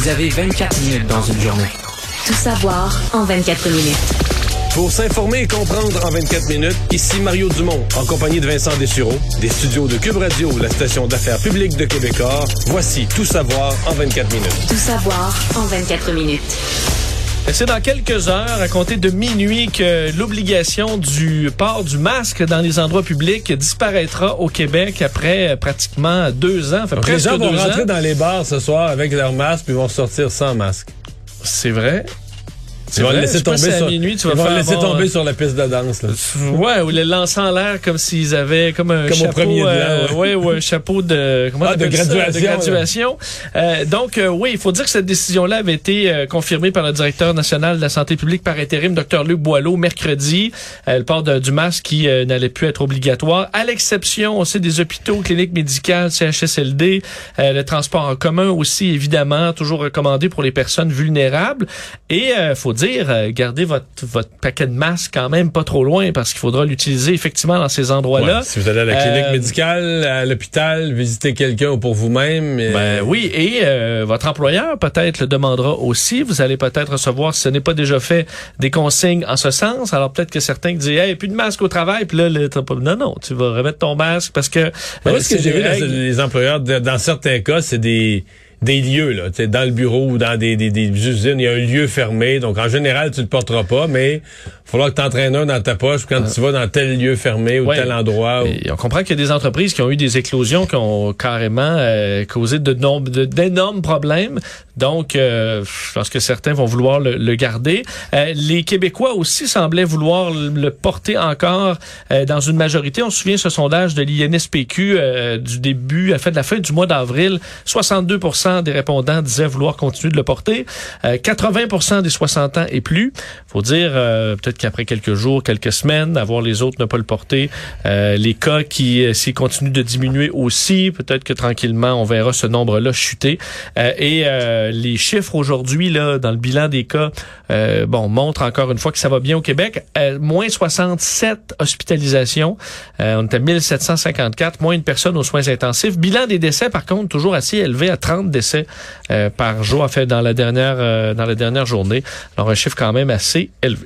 Vous avez 24 minutes dans une journée. Tout savoir en 24 minutes. Pour s'informer et comprendre en 24 minutes, ici Mario Dumont, en compagnie de Vincent Dessureau, des studios de Cube Radio, la station d'affaires publique de Québecor. Voici Tout savoir en 24 minutes. Tout savoir en 24 minutes. C'est dans quelques heures, à compter de minuit, que l'obligation du port du masque dans les endroits publics disparaîtra au Québec après pratiquement 2 ans. Donc les gens vont rentrer dans les bars ce soir avec leur masque puis vont sortir sans masque. C'est vrai. Ils vont le laisser tomber sur la piste de danse. Là. Ouais, ou les lancer en l'air comme s'ils avaient comme un comme chapeau, au premier ou un chapeau de graduation. Donc oui, il faut dire que cette décision-là avait été confirmée par le directeur national de la santé publique par intérim, Dr Luc Boileau, mercredi. Le port du masque qui n'allait plus être obligatoire, à l'exception aussi des hôpitaux, cliniques médicales, CHSLD, le transport en commun aussi, évidemment, toujours recommandé pour les personnes vulnérables. Et faut dire, gardez votre paquet de masques quand même pas trop loin parce qu'il faudra l'utiliser effectivement dans ces endroits-là. Ouais, si vous allez à la clinique médicale, à l'hôpital, visiter quelqu'un ou pour vous-même. Oui, et votre employeur peut-être le demandera aussi. Vous allez peut-être recevoir, si ce n'est pas déjà fait, des consignes en ce sens. Alors peut-être que certains disent, hey, plus de masque au travail, puis là, non, tu vas remettre ton masque parce que... Moi, ce que j'ai vu, les employeurs, dans certains cas, c'est des lieux, là, tu sais, dans le bureau ou dans des usines, il y a un lieu fermé. Donc, en général, tu le porteras pas, mais il va falloir que tu entraînes un dans ta poche quand tu vas dans tel lieu fermé ou tel endroit. Et on comprend qu'il y a des entreprises qui ont eu des éclosions qui ont carrément causé d'énormes problèmes. Donc, je pense que certains vont vouloir le garder. Les Québécois aussi semblaient vouloir le porter encore dans une majorité. On se souvient ce sondage de l'INSPQ du début, de la fin du mois d'avril. 62% des répondants disaient vouloir continuer de le porter. 80% des 60 ans et plus. Faut dire, peut-être qu'après quelques jours, quelques semaines, avoir les autres ne pas le porter. Les cas qui, s'ils continuent de diminuer aussi, peut-être que tranquillement, on verra ce nombre-là chuter. Les chiffres aujourd'hui, là, dans le bilan des cas, montrent encore une fois que ça va bien au Québec. Moins 67 hospitalisations. On est à 1754, moins une personne aux soins intensifs. Bilan des décès, par contre, toujours assez élevé à 30 décès par jour, dans la dernière journée. Alors, un chiffre quand même assez élevé.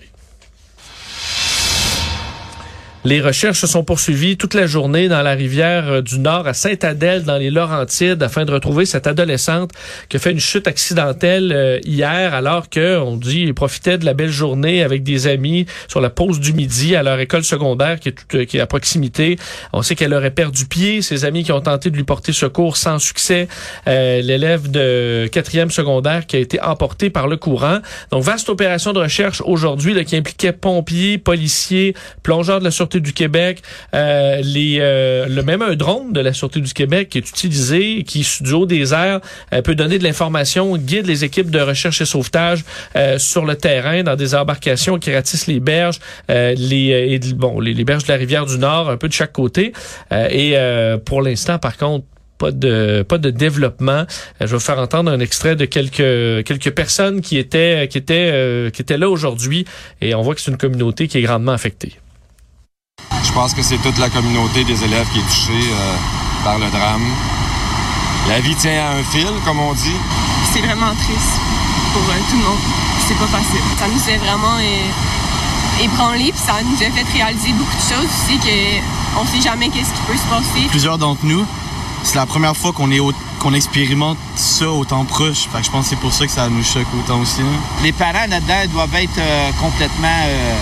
Les recherches se sont poursuivies toute la journée dans la rivière du Nord à Sainte-Adèle, dans les Laurentides, afin de retrouver cette adolescente qui a fait une chute accidentelle hier, alors que, on dit, elle profitait de la belle journée avec des amis sur la pause du midi à leur école secondaire qui est à proximité. On sait qu'elle aurait perdu pied. Ses amis qui ont tenté de lui porter secours sans succès. L'élève de 4e secondaire qui a été emporté par le courant. Donc, vaste opération de recherche aujourd'hui là, qui impliquait pompiers, policiers, plongeurs de la Sûreté du Québec, même un drone de la Sûreté du Québec qui est utilisé, qui du haut des airs peut donner de l'information, guide les équipes de recherche et sauvetage sur le terrain dans des embarcations qui ratissent les berges, les berges de la rivière du Nord, un peu de chaque côté. Pour l'instant, par contre, pas de développement. Je vais vous faire entendre un extrait de quelques personnes qui étaient là aujourd'hui, et on voit que c'est une communauté qui est grandement affectée. Je pense que c'est toute la communauté des élèves qui est touchée par le drame. La vie tient à un fil, comme on dit. C'est vraiment triste pour tout le monde. C'est pas facile. Ça nous a vraiment ébranlé, puis ça nous a fait réaliser beaucoup de choses aussi, qu'on sait jamais qu'est-ce qui peut se passer. Plusieurs d'entre nous, c'est la première fois qu'on expérimente ça autant proche. Fait que je pense que c'est pour ça que ça nous choque autant aussi. Hein. Les parents là-dedans doivent être complètement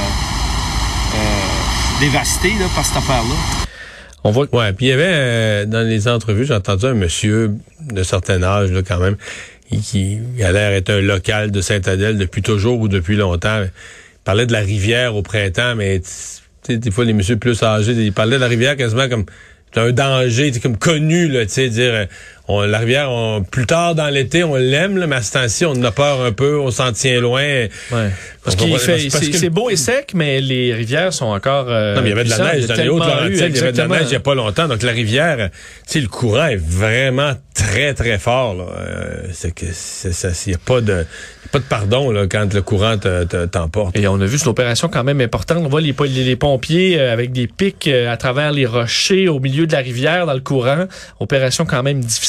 dévastés là, par cette affaire-là. On voit. Ouais, puis il y avait dans les entrevues, j'ai entendu un monsieur de certain âge là quand même, qui a l'air être un local de Sainte-Adèle depuis toujours ou depuis longtemps. Il parlait de la rivière au printemps, mais des fois les messieurs plus âgés, ils parlaient de la rivière quasiment comme un danger, comme connu là, tu sais, dire la rivière, plus tard dans l'été, on l'aime, là, mais à ce temps-ci, on en a peur un peu, on s'en tient loin. Ouais. C'est beau et sec, mais les rivières sont encore. Non, mais il y avait de la neige dans les Hautes-Laurentides, il y avait de la neige il n'y a pas longtemps. Donc la rivière, tu sais, le courant est vraiment très, très fort. Là. C'est que il n'y a pas de pardon là, quand le courant t'emporte. Et on a vu cette opération quand même importante. On voit les pompiers avec des pics à travers les rochers au milieu de la rivière dans le courant. Opération quand même difficile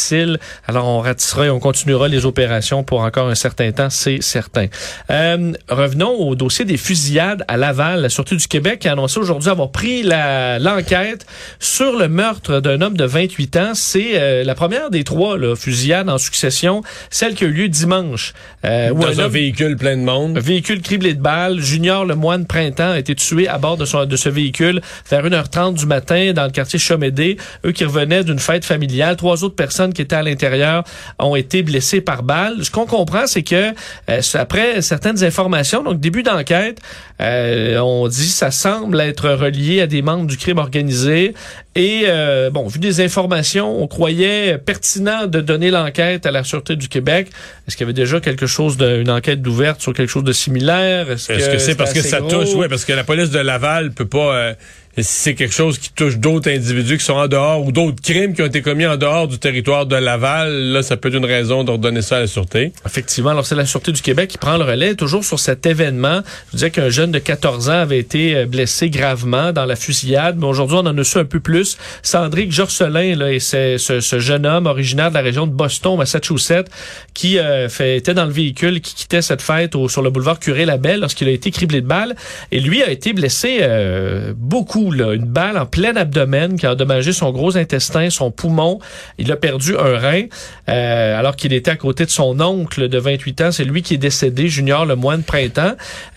difficile. Alors, on ratissera et on continuera les opérations pour encore un certain temps, c'est certain. Revenons au dossier des fusillades à Laval. La Sûreté du Québec a annoncé aujourd'hui avoir pris l'enquête sur le meurtre d'un homme de 28 ans. C'est la première des 3 fusillades en succession, celle qui a eu lieu dimanche. Dans un véhicule plein de monde. Un véhicule criblé de balles. Junior Lemoine Printemps a été tué à bord de ce véhicule vers 1h30 du matin dans le quartier Chomédé. Eux qui revenaient d'une fête familiale. 3 autres personnes qui étaient à l'intérieur ont été blessées par balles. Ce qu'on comprend, c'est que après certaines informations, donc début d'enquête, on dit ça semble être relié à des membres du crime organisé. Et vu des informations, on croyait pertinent de donner l'enquête à la Sûreté du Québec. Est-ce qu'il y avait déjà quelque chose une enquête d'ouverte sur quelque chose de similaire? Est-ce que c'est parce que ça touche? Oui, parce que la police de Laval peut pas... si c'est quelque chose qui touche d'autres individus qui sont en dehors ou d'autres crimes qui ont été commis en dehors du territoire de Laval, là, ça peut être une raison d'ordonner ça à la Sûreté. Effectivement. Alors, c'est la Sûreté du Québec qui prend le relais toujours sur cet événement. Je vous disais qu'un jeune de 14 ans avait été blessé gravement dans la fusillade, mais aujourd'hui, on en a su un peu plus. Cendric Jorcelin, là, et c'est ce jeune homme originaire de la région de Boston, Massachusetts, qui était dans le véhicule, qui quittait cette fête sur le boulevard Curé-Labelle lorsqu'il a été criblé de balles. Et lui a été blessé beaucoup. Une balle en plein abdomen qui a endommagé son gros intestin, son poumon. Il a perdu un rein alors qu'il était à côté de son oncle de 28 ans. C'est lui qui est décédé, Junior Lemoine Printemps.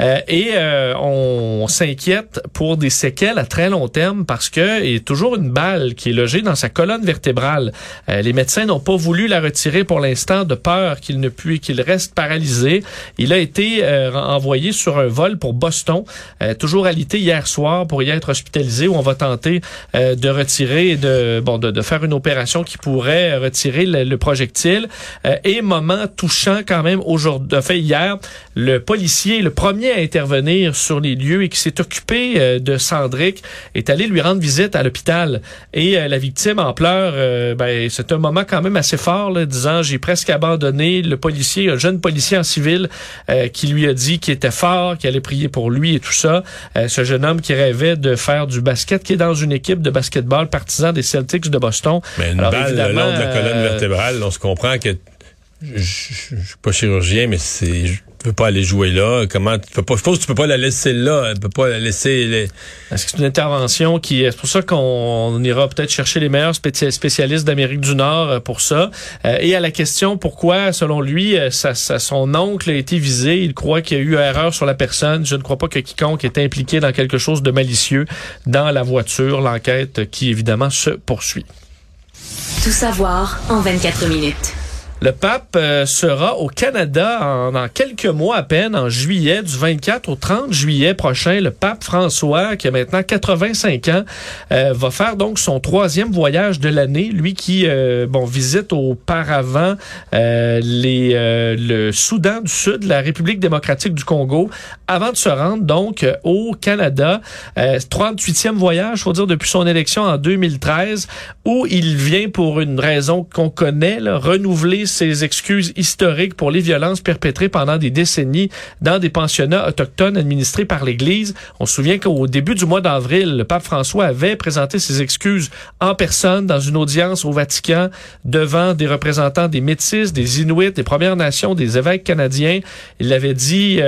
On s'inquiète pour des séquelles à très long terme parce que il y a toujours une balle qui est logée dans sa colonne vertébrale. Les médecins n'ont pas voulu la retirer pour l'instant de peur qu'il reste paralysé. Il a été envoyé sur un vol pour Boston, toujours alité hier soir pour y être hospitalisé, où on va tenter de retirer, de faire une opération qui pourrait retirer le projectile. Et moment touchant quand même hier, le policier, le premier à intervenir sur les lieux et qui s'est occupé de Cendric, est allé lui rendre visite à l'hôpital. Et la victime en pleurs, c'est un moment quand même assez fort, là, disant j'ai presque abandonné. Le policier, un jeune policier en civil, qui lui a dit qu'il était fort, qu'il allait prier pour lui et tout ça. Ce jeune homme qui rêvait de faire du basket, qui est dans une équipe de basketball partisan des Celtics de Boston. Mais une balle le long de la colonne vertébrale, on se comprend que je suis pas chirurgien, mais tu peux pas aller jouer là. Comment tu peux pas? Je pense que tu peux pas la laisser là. Tu peux pas la laisser. Est-ce que c'est une intervention c'est pour ça qu'on ira peut-être chercher les meilleurs spécialistes d'Amérique du Nord pour ça. Et à la question pourquoi, selon lui, son oncle a été visé, il croit qu'il y a eu erreur sur la personne. Je ne crois pas que quiconque est impliqué dans quelque chose de malicieux dans la voiture. L'enquête qui évidemment se poursuit. Tout savoir en 24 minutes. Le pape sera au Canada dans quelques mois à peine, en juillet, du 24 au 30 juillet prochain. Le pape François, qui a maintenant 85 ans, va faire donc son 3e voyage de l'année. Lui qui visite auparavant le Soudan du Sud, la République démocratique du Congo, avant de se rendre donc au Canada. 38e voyage, faut dire, depuis son élection en 2013, où il vient pour une raison qu'on connaît, renouveler ses excuses historiques pour les violences perpétrées pendant des décennies dans des pensionnats autochtones administrés par l'Église. On se souvient qu'au début du mois d'avril, le pape François avait présenté ses excuses en personne dans une audience au Vatican devant des représentants des Métis, des Inuits, des Premières Nations, des évêques canadiens. Il avait dit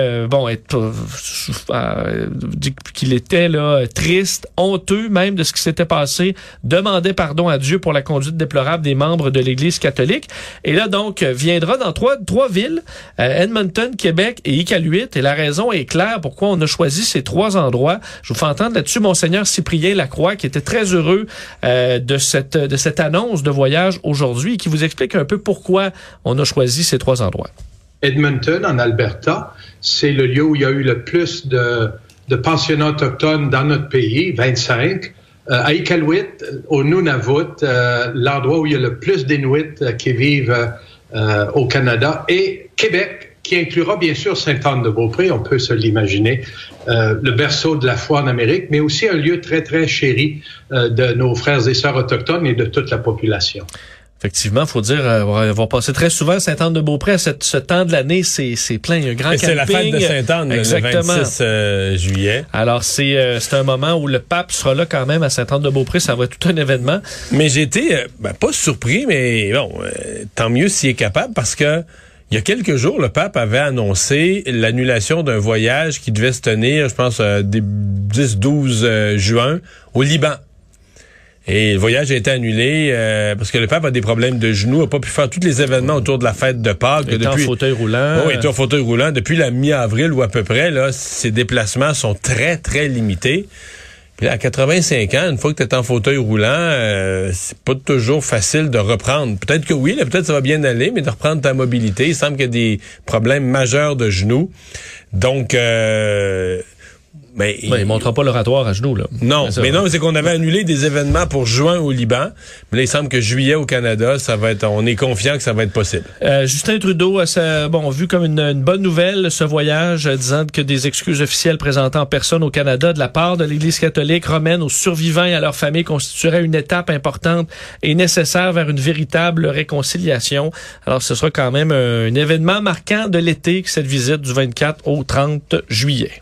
qu'il était triste, honteux même de ce qui s'était passé, demandait pardon à Dieu pour la conduite déplorable des membres de l'Église catholique. Et là, donc, viendra dans trois villes, Edmonton, Québec et Iqaluit. Et la raison est claire pourquoi on a choisi ces 3 endroits. Je vous fais entendre là-dessus Monseigneur Cyprien Lacroix, qui était très heureux de cette annonce de voyage aujourd'hui et qui vous explique un peu pourquoi on a choisi ces 3 endroits. Edmonton, en Alberta, c'est le lieu où il y a eu le plus de pensionnats autochtones dans notre pays, 25. À Iqaluit, au Nunavut, l'endroit où il y a le plus d'Inuits qui vivent au Canada, et Québec, qui inclura bien sûr Sainte-Anne-de-Beaupré, on peut se l'imaginer, le berceau de la foi en Amérique, mais aussi un lieu très, très chéri de nos frères et sœurs autochtones et de toute la population. Effectivement, faut dire, on va passer très souvent à Sainte-Anne-de-Beaupré à ce temps de l'année, c'est plein, il y a un grand camping. C'est la fête de Sainte-Anne, le 26 juillet. Alors, c'est un moment où le pape sera là quand même à Sainte-Anne-de-Beaupré, ça va être tout un événement. Mais j'ai été, pas surpris, mais bon, tant mieux s'il est capable, parce que il y a quelques jours, le pape avait annoncé l'annulation d'un voyage qui devait se tenir, je pense, des 10-12 juin, au Liban. Et le voyage a été annulé parce que le pape a des problèmes de genoux, a pas pu faire tous les événements autour de la fête de Pâques. Il était en fauteuil roulant. Oui, il était en fauteuil roulant. Depuis la mi-avril ou à peu près, là, ses déplacements sont très, très limités. Puis là, à 85 ans, une fois que tu es en fauteuil roulant, c'est pas toujours facile de reprendre. Peut-être que oui, là, peut-être ça va bien aller, mais de reprendre ta mobilité. Il semble qu'il y a des problèmes majeurs de genoux. Donc... il montrera pas l'oratoire à genoux, là. Non, c'est qu'on avait annulé des événements pour juin au Liban. Mais là, il semble que juillet au Canada, on est confiant que ça va être possible. Justin Trudeau a vu comme une bonne nouvelle ce voyage, disant que des excuses officielles présentées en personne au Canada de la part de l'Église catholique romaine aux survivants et à leurs familles constituerait une étape importante et nécessaire vers une véritable réconciliation. Alors, ce sera quand même un événement marquant de l'été, cette visite du 24 au 30 juillet.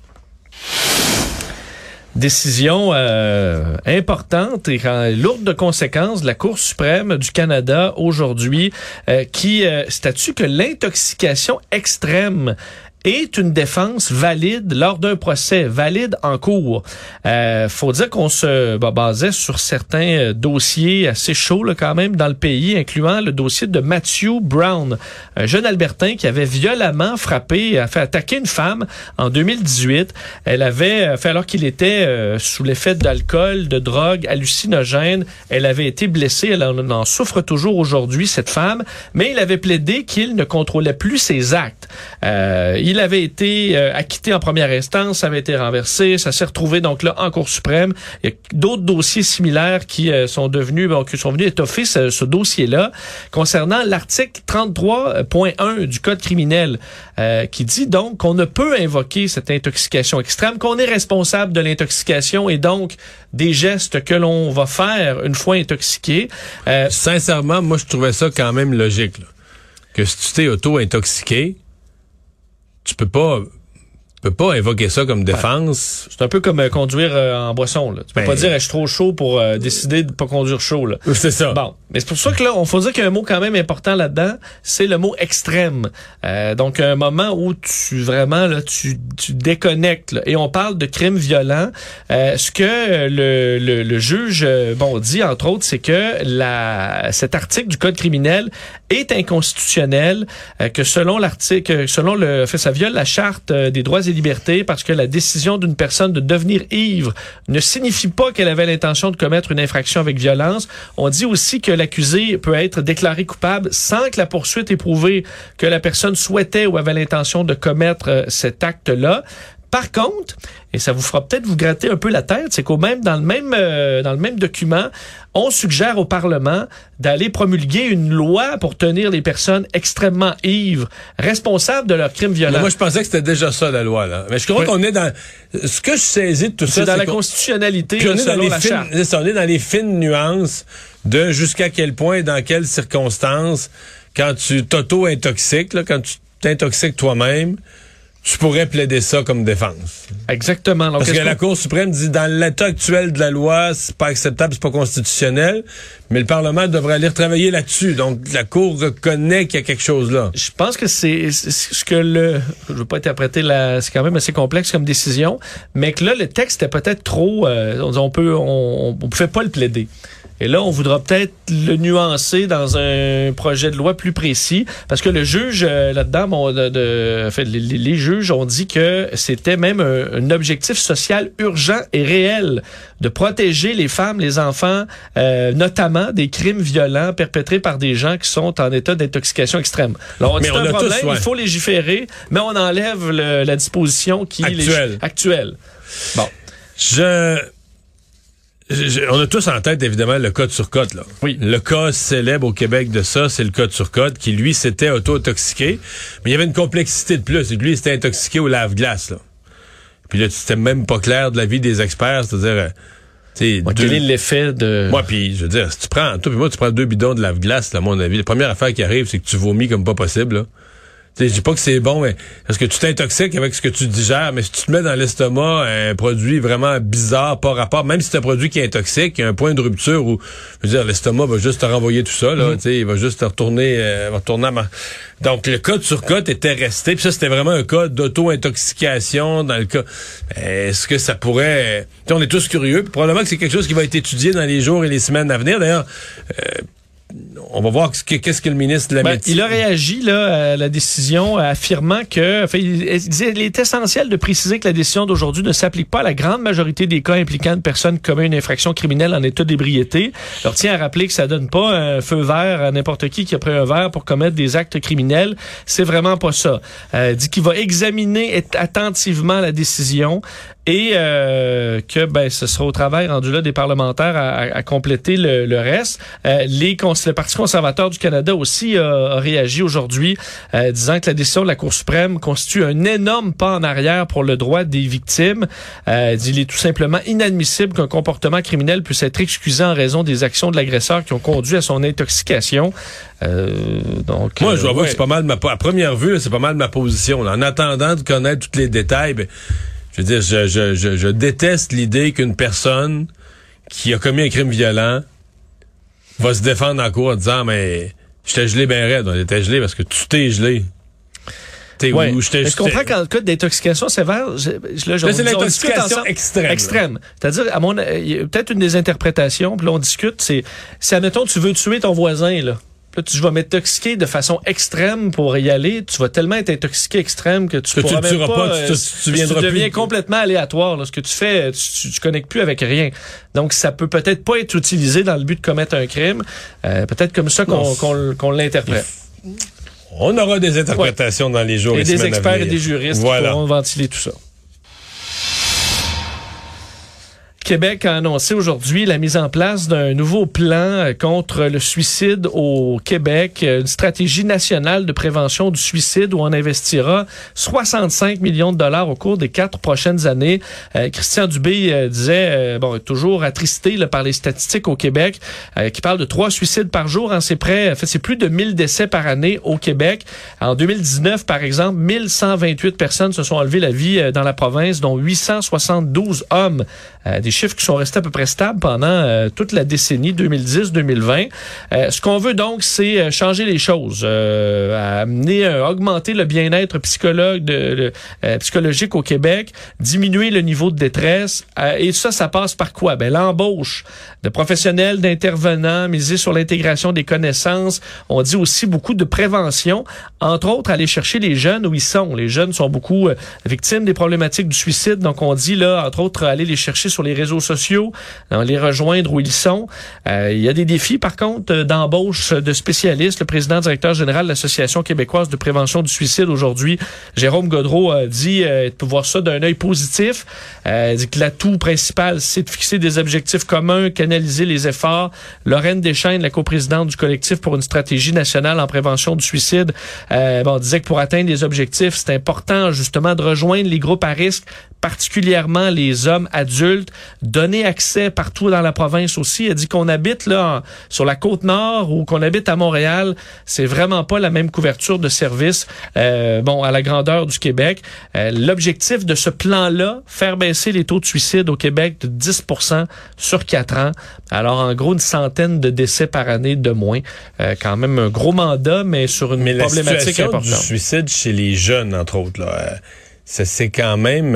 Décision importante et lourde de conséquences de la Cour suprême du Canada aujourd'hui qui statue que l'intoxication extrême est une défense valide lors d'un procès, valide en cours. Faut dire qu'on se basait sur certains dossiers assez chauds là, quand même dans le pays, incluant le dossier de Matthew Brown, un jeune Albertain qui avait violemment fait attaquer une femme en 2018. Elle avait fait alors qu'il était sous l'effet d'alcool, de drogue, hallucinogène. Elle avait été blessée. Elle en souffre toujours aujourd'hui, cette femme, mais il avait plaidé qu'il ne contrôlait plus ses actes. Il avait été acquitté en première instance, ça avait été renversé, ça s'est retrouvé donc là en Cour suprême. Il y a d'autres dossiers similaires qui sont venus étoffer ce dossier-là concernant l'article 33.1 du Code criminel qui dit donc qu'on ne peut invoquer cette intoxication extrême, qu'on est responsable de l'intoxication et donc des gestes que l'on va faire une fois intoxiqué. Sincèrement, moi je trouvais ça quand même logique là, que si tu t'es auto-intoxiqué, tu peux pas invoquer ça comme défense. C'est un peu comme conduire en boisson. Là. Tu peux pas dire je suis trop chaud pour décider de pas conduire chaud. Là. C'est ça. Bon, mais c'est pour ça que là, on faut dire qu'il y a un mot quand même important là-dedans, c'est le mot extrême. Donc un moment où tu déconnectes. Là. Et on parle de crimes violents. Ce que le juge dit entre autres, c'est que cet article du Code criminel est inconstitutionnel, que ça viole la charte des droits et libertés parce que la décision d'une personne de devenir ivre ne signifie pas qu'elle avait l'intention de commettre une infraction avec violence. On dit aussi que l'accusé peut être déclaré coupable sans que la poursuite ait prouvé que la personne souhaitait ou avait l'intention de commettre cet acte-là. Par contre, et ça vous fera peut-être vous gratter un peu la tête, c'est qu'au même dans le même document, on suggère au Parlement d'aller promulguer une loi pour tenir les personnes extrêmement ivres responsables de leurs crimes violents. Mais moi, je pensais que c'était déjà ça, la loi, là. Mais je crois qu'on est dans... Ce que je saisis de tout ça, c'est dans la constitutionnalité, on est selon la charte. On est dans les fines nuances de jusqu'à quel point, dans quelles circonstances, quand tu t'auto-intoxiques, là, quand tu t'intoxiques toi-même, tu pourrais plaider ça comme défense. Exactement. Donc, parce que la Cour suprême dit, dans l'état actuel de la loi, c'est pas acceptable, c'est pas constitutionnel, mais le Parlement devrait aller retravailler là-dessus. Donc, la Cour reconnaît qu'il y a quelque chose là. Je pense que c'est ce que je veux pas interpréter c'est quand même assez complexe comme décision, mais que là, le texte est peut-être trop, on pouvait pas le plaider. Et là, on voudra peut-être le nuancer dans un projet de loi plus précis, parce que le juge là-dedans, les juges ont dit que c'était même un objectif social urgent et réel de protéger les femmes, les enfants, notamment des crimes violents perpétrés par des gens qui sont en état d'intoxication extrême. Alors, on dit c'est un problème, il faut légiférer, mais on enlève la disposition qui est actuelle. Bon. On a tous en tête, évidemment, le cas de Turcotte, là. Oui. Le cas célèbre au Québec de ça, c'est le cas de Turcotte, qui, lui, s'était auto-intoxiqué. Mais il y avait une complexité de plus. Lui, il s'était intoxiqué au lave-glace, là. Puis là, c'était même pas clair de l'avis des experts. C'est-à-dire, Quel est l'effet de... Moi, puis je veux dire, si tu prends 2 bidons de lave-glace, à mon avis, la première affaire qui arrive, c'est que tu vomis comme pas possible, là. Je dis pas que c'est bon, mais parce que tu t'intoxiques avec ce que tu digères, mais si tu te mets dans l'estomac un produit vraiment bizarre, pas rapport, même si c'est un produit qui est intoxique, il y a un point de rupture où, je veux dire, l'estomac va juste te renvoyer tout ça, là, il va juste te retourner, Donc, le cas de Turcotte était resté, puis ça, c'était vraiment un cas d'auto-intoxication dans le cas. Est-ce que ça pourrait... on est tous curieux, puis probablement que c'est quelque chose qui va être étudié dans les jours et les semaines à venir. D'ailleurs, on va voir qu'est-ce que le ministre de la Médecine... Il a réagi là, à la décision, affirmant que... il disait il est essentiel de préciser que la décision d'aujourd'hui ne s'applique pas à la grande majorité des cas impliquant une personne qui commet une infraction criminelle en état d'ébriété. Alors, tient à rappeler que ça donne pas un feu vert à n'importe qui a pris un verre pour commettre des actes criminels. C'est vraiment pas ça. Dit qu'il va examiner attentivement la décision et que ce sera au travail rendu là des parlementaires à compléter le reste. Le Parti conservateur du Canada aussi a réagi aujourd'hui, disant que la décision de la Cour suprême constitue un énorme pas en arrière pour le droit des victimes. Il est tout simplement inadmissible qu'un comportement criminel puisse être excusé en raison des actions de l'agresseur qui ont conduit à son intoxication. Moi, je dois voir que c'est pas mal à première vue, là, c'est pas mal ma position. Là. En attendant de connaître tous les détails, je veux dire, je déteste l'idée qu'une personne qui a commis un crime violent va se défendre en cour en disant, mais j'étais gelé ben raide. On était gelé parce que tu t'es gelé. Je comprends qu'en cas d'intoxication sévère, c'est l'intoxication extrême. C'est-à-dire, il y a peut-être une des interprétations, puis là on discute, c'est admettons, tu veux tuer ton voisin, là. Là, tu vas m'intoxiquer de façon extrême pour y aller. Tu vas tellement être intoxiqué extrême que tu pourras même pas. Tu deviens complètement aléatoire. Là. Ce que tu fais, tu connectes plus avec rien. Donc, ça peut peut-être pas être utilisé dans le but de commettre un crime. Peut-être comme ça qu'on l'interprète. On aura des interprétations dans les jours et semaines à venir. Et des experts et des juristes qui pourront ventiler tout ça. Québec a annoncé aujourd'hui la mise en place d'un nouveau plan contre le suicide au Québec, une stratégie nationale de prévention du suicide où on investira 65 millions de dollars au cours des 4 prochaines années. Christian Dubé disait, toujours attristé là, par les statistiques au Québec, qui parle de 3 suicides par jour. Hein, c'est plus de 1000 décès par année au Québec. En 2019, par exemple, 1128 personnes se sont enlevées la vie dans la province, dont 872 hommes. Des chiffres qui sont restés à peu près stables pendant toute la décennie 2010-2020. Ce qu'on veut donc, c'est changer les choses, augmenter le bien-être psychologique au Québec, diminuer le niveau de détresse. Et ça passe par quoi? L'embauche de professionnels, d'intervenants, miser sur l'intégration des connaissances. On dit aussi beaucoup de prévention, entre autres aller chercher les jeunes où ils sont. Les jeunes sont beaucoup victimes des problématiques du suicide, donc on dit là, entre autres, aller les chercher sur les réseaux sociaux, les rejoindre où ils sont. Il y a des défis, par contre, d'embauche de spécialistes. Le président directeur général de l'Association québécoise de prévention du suicide aujourd'hui, Jérôme Gaudreault, a dit voir ça d'un œil positif. Dit que l'atout principal, c'est de fixer des objectifs communs, canaliser les efforts. Lorraine Deschênes, la coprésidente du collectif pour une stratégie nationale en prévention du suicide, disait que pour atteindre les objectifs, c'est important justement de rejoindre les groupes à risque, particulièrement les hommes adultes, donner accès partout dans la province aussi. Elle dit qu'on habite là sur la Côte-Nord ou qu'on habite à Montréal, c'est vraiment pas la même couverture de services à la grandeur du Québec. L'objectif de ce plan-là, faire baisser les taux de suicide au Québec de 10% sur 4 ans. Alors en gros, une centaine de décès par année de moins. Quand même un gros mandat, mais sur une problématique importante. Du suicide chez les jeunes, entre autres, là, ça s'est quand même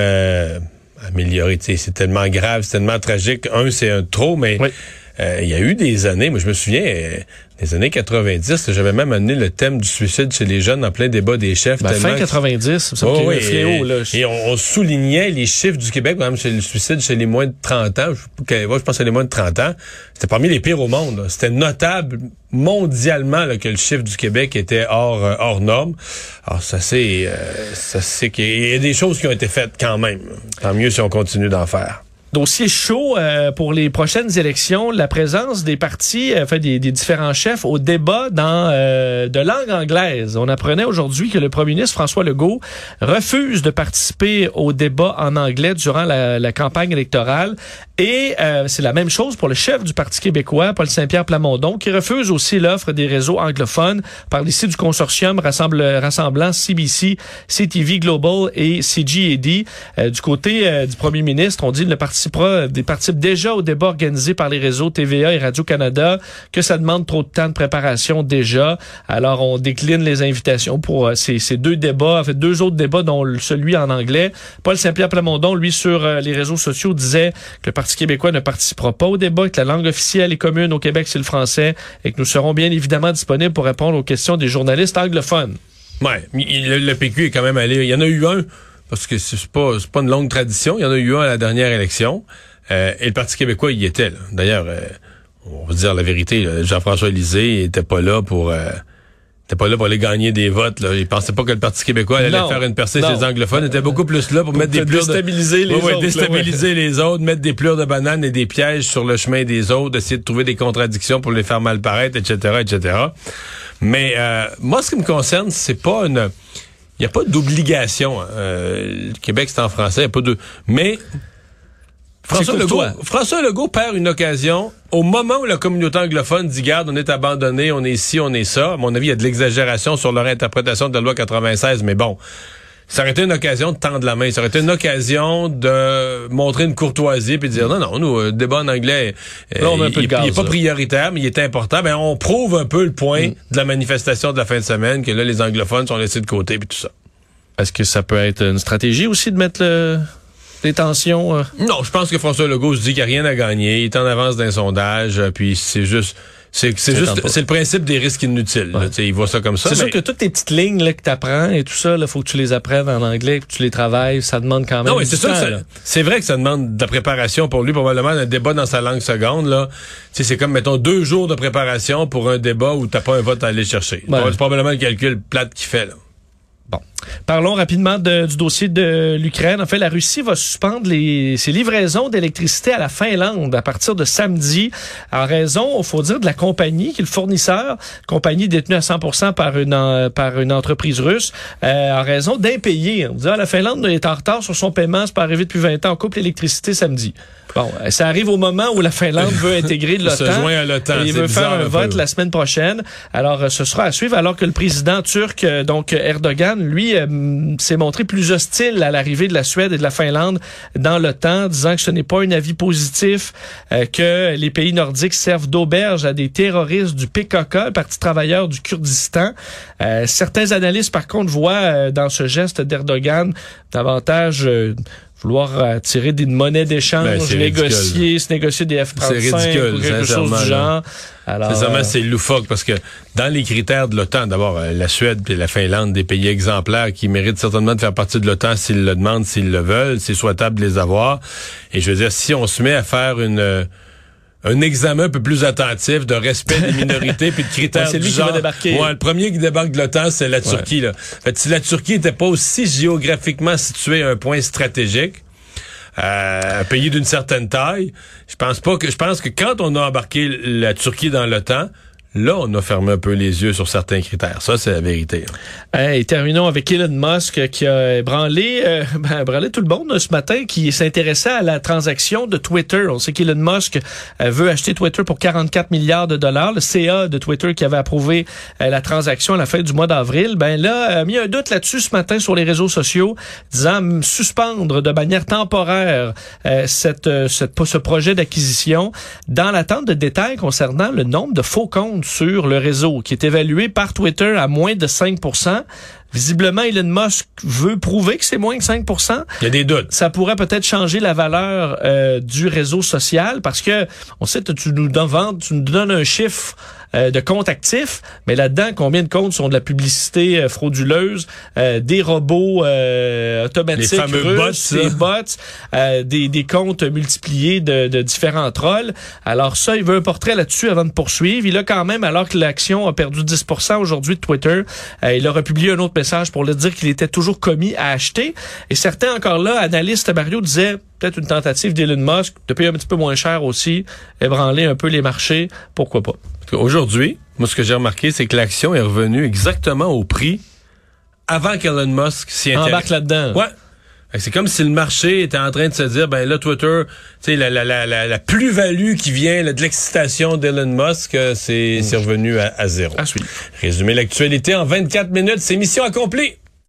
amélioré. C'est tellement grave, c'est tellement tragique. C'est un trop, mais il y a eu des années, moi je me souviens, les années 90, j'avais même amené le thème du suicide chez les jeunes en plein débat des chefs. Fin 90, ça me un fléau. Là. Et on soulignait les chiffres du Québec, par exemple, chez le suicide chez les moins de 30 ans. Je pense que les moins de 30 ans, c'était parmi les pires au monde. Là. C'était notable mondialement là, que le chiffre du Québec était hors norme. Alors ça c'est qu'il y a des choses qui ont été faites quand même. Tant mieux si on continue d'en faire. Dossier chaud pour les prochaines élections, la présence des partis, des différents chefs au débat de langue anglaise. On apprenait aujourd'hui que le premier ministre François Legault refuse de participer au débat en anglais durant la campagne électorale. Et c'est la même chose pour le chef du Parti québécois, Paul Saint-Pierre Plamondon, qui refuse aussi l'offre des réseaux anglophones. On parle ici du consortium rassemblant CBC, CTV Global et CGAD. Du côté du premier ministre, on dit qu'il participe déjà au débat organisé par les réseaux TVA et Radio-Canada, que ça demande trop de temps de préparation déjà. Alors, on décline les invitations pour ces deux débats, en fait, deux autres débats, dont celui en anglais. Paul Saint-Pierre Plamondon, lui, sur les réseaux sociaux, disait que le Parti québécois ne participera pas au débat, que la langue officielle et commune au Québec, c'est le français, et que nous serons bien évidemment disponibles pour répondre aux questions des journalistes anglophones. Ouais, le PQ est quand même allé. Il y en a eu un, parce que c'est pas une longue tradition. Il y en a eu un à la dernière élection. Et le Parti québécois y était, là. D'ailleurs, on va dire la vérité, là, Jean-François Lisée était pas là pour aller gagner des votes. Là. Il pensait pas que le Parti québécois allait faire une percée chez les anglophones. Il était beaucoup plus là pour mettre des pleurs déstabiliser les autres. Déstabiliser les autres, mettre des pleurs de bananes et des pièges sur le chemin des autres, essayer de trouver des contradictions pour les faire mal paraître, etc., etc. Mais moi, ce qui me concerne, c'est pas il n'y a pas d'obligation. Le Québec, c'est en français, il n'y a pas de... Mais... François Legault perd une occasion au moment où la communauté anglophone dit, garde, on est abandonné, on est ci, on est ça. À mon avis, il y a de l'exagération sur leur interprétation de la loi 96, mais bon, ça aurait été une occasion de tendre la main. Ça aurait été une occasion de montrer une courtoisie puis de dire, non, nous, le débat en anglais, là, il est pas prioritaire, mais il est important. Ben, on prouve un peu le point de la manifestation de la fin de semaine, que là, les anglophones sont laissés de côté puis tout ça. Est-ce que ça peut être une stratégie aussi de mettre les tensions? Non, je pense que François Legault se dit qu'il n'y a rien à gagner. Il est en avance d'un sondage, puis c'est le principe des risques inutiles. Ouais. Là, il voit ça comme ça. C'est sûr que toutes tes petites lignes là, que tu apprends et tout ça, il faut que tu les apprennes en anglais, que tu les travailles. Ça demande quand même. Non, c'est sûr. C'est vrai que ça demande de la préparation pour lui, probablement un débat dans sa langue seconde. Là, c'est comme mettons 2 jours de préparation pour un débat où t'as pas un vote à aller chercher. Ouais. C'est probablement le calcul plate qu'il fait là. Bon. Parlons rapidement du dossier de l'Ukraine. En fait, la Russie va suspendre ses livraisons d'électricité à la Finlande à partir de samedi en raison, il faut dire, de la compagnie qui est le fournisseur, compagnie détenue à 100% par une entreprise russe, en raison d'impayés. On dit, la Finlande est en retard sur son paiement, c'est pas arrivé depuis 20 ans, on coupe l'électricité samedi. Bon, ça arrive au moment où la Finlande veut intégrer l'OTAN. Se joint à l'OTAN. Il veut faire un vote la semaine prochaine. Alors, ce sera à suivre, alors que le président turc, donc Erdogan, lui, s'est montré plus hostile à l'arrivée de la Suède et de la Finlande dans l'OTAN, disant que ce n'est pas un avis positif, que les pays nordiques servent d'auberge à des terroristes du PKK, le Parti travailleur du Kurdistan. Certains analystes, par contre, voient dans ce geste d'Erdogan davantage... vouloir tirer des monnaies d'échange, se négocier des F-35 c'est ridicule, ou quelque chose du genre. Alors, sincèrement, c'est loufoque parce que dans les critères de l'OTAN, d'abord, la Suède et la Finlande, des pays exemplaires qui méritent certainement de faire partie de l'OTAN s'ils le demandent, s'ils le veulent, c'est souhaitable de les avoir. Et je veux dire, si on se met à faire un examen un peu plus attentif de respect des minorités puis de critères c'est lui du genre. Qui va débarquer. Ouais, le premier qui débarque de l'OTAN, c'est la Turquie. Là. Fait, si la Turquie n'était pas aussi géographiquement située à un point stratégique, un pays d'une certaine taille, je pense que quand on a embarqué la Turquie dans l'OTAN, là, on a fermé un peu les yeux sur certains critères. Ça, c'est la vérité. Et terminons avec Elon Musk qui a ébranlé tout le monde ce matin, qui s'intéressait à la transaction de Twitter. On sait qu'Elon Musk veut acheter Twitter pour 44 milliards de dollars. Le CA de Twitter qui avait approuvé la transaction à la fin du mois d'avril, a mis un doute là-dessus ce matin sur les réseaux sociaux, disant suspendre de manière temporaire ce projet d'acquisition dans l'attente de détails concernant le nombre de faux comptes sur le réseau, qui est évalué par Twitter à moins de 5%. Visiblement, Elon Musk veut prouver que c'est moins que 5%. Il y a des doutes. Ça pourrait peut-être changer la valeur du réseau social parce que on sait que tu nous donnes un chiffre de comptes actifs, mais là-dedans, combien de comptes sont de la publicité frauduleuse, des robots automatiques, les fameux russes, des comptes multipliés de différents trolls. Alors ça, il veut un portrait là-dessus avant de poursuivre. Il a quand même, alors que l'action a perdu 10% aujourd'hui de Twitter, il a republié un autre message pour le dire qu'il était toujours commis à acheter. Et certains, encore là, analystes, Mario, disaient peut-être une tentative d'Elon Musk de payer un petit peu moins cher aussi, ébranler un peu les marchés, pourquoi pas. Aujourd'hui, moi, ce que j'ai remarqué, c'est que l'action est revenue exactement au prix avant qu'Elon Musk s'y intéresse. Embarque là-dedans. Ouais. C'est comme si le marché était en train de se dire, ben là, Twitter, tu sais, la plus-value qui vient là, de l'excitation d'Elon Musk, c'est revenu à zéro. À suivre. Résumer l'actualité en 24 minutes, c'est mission accomplie.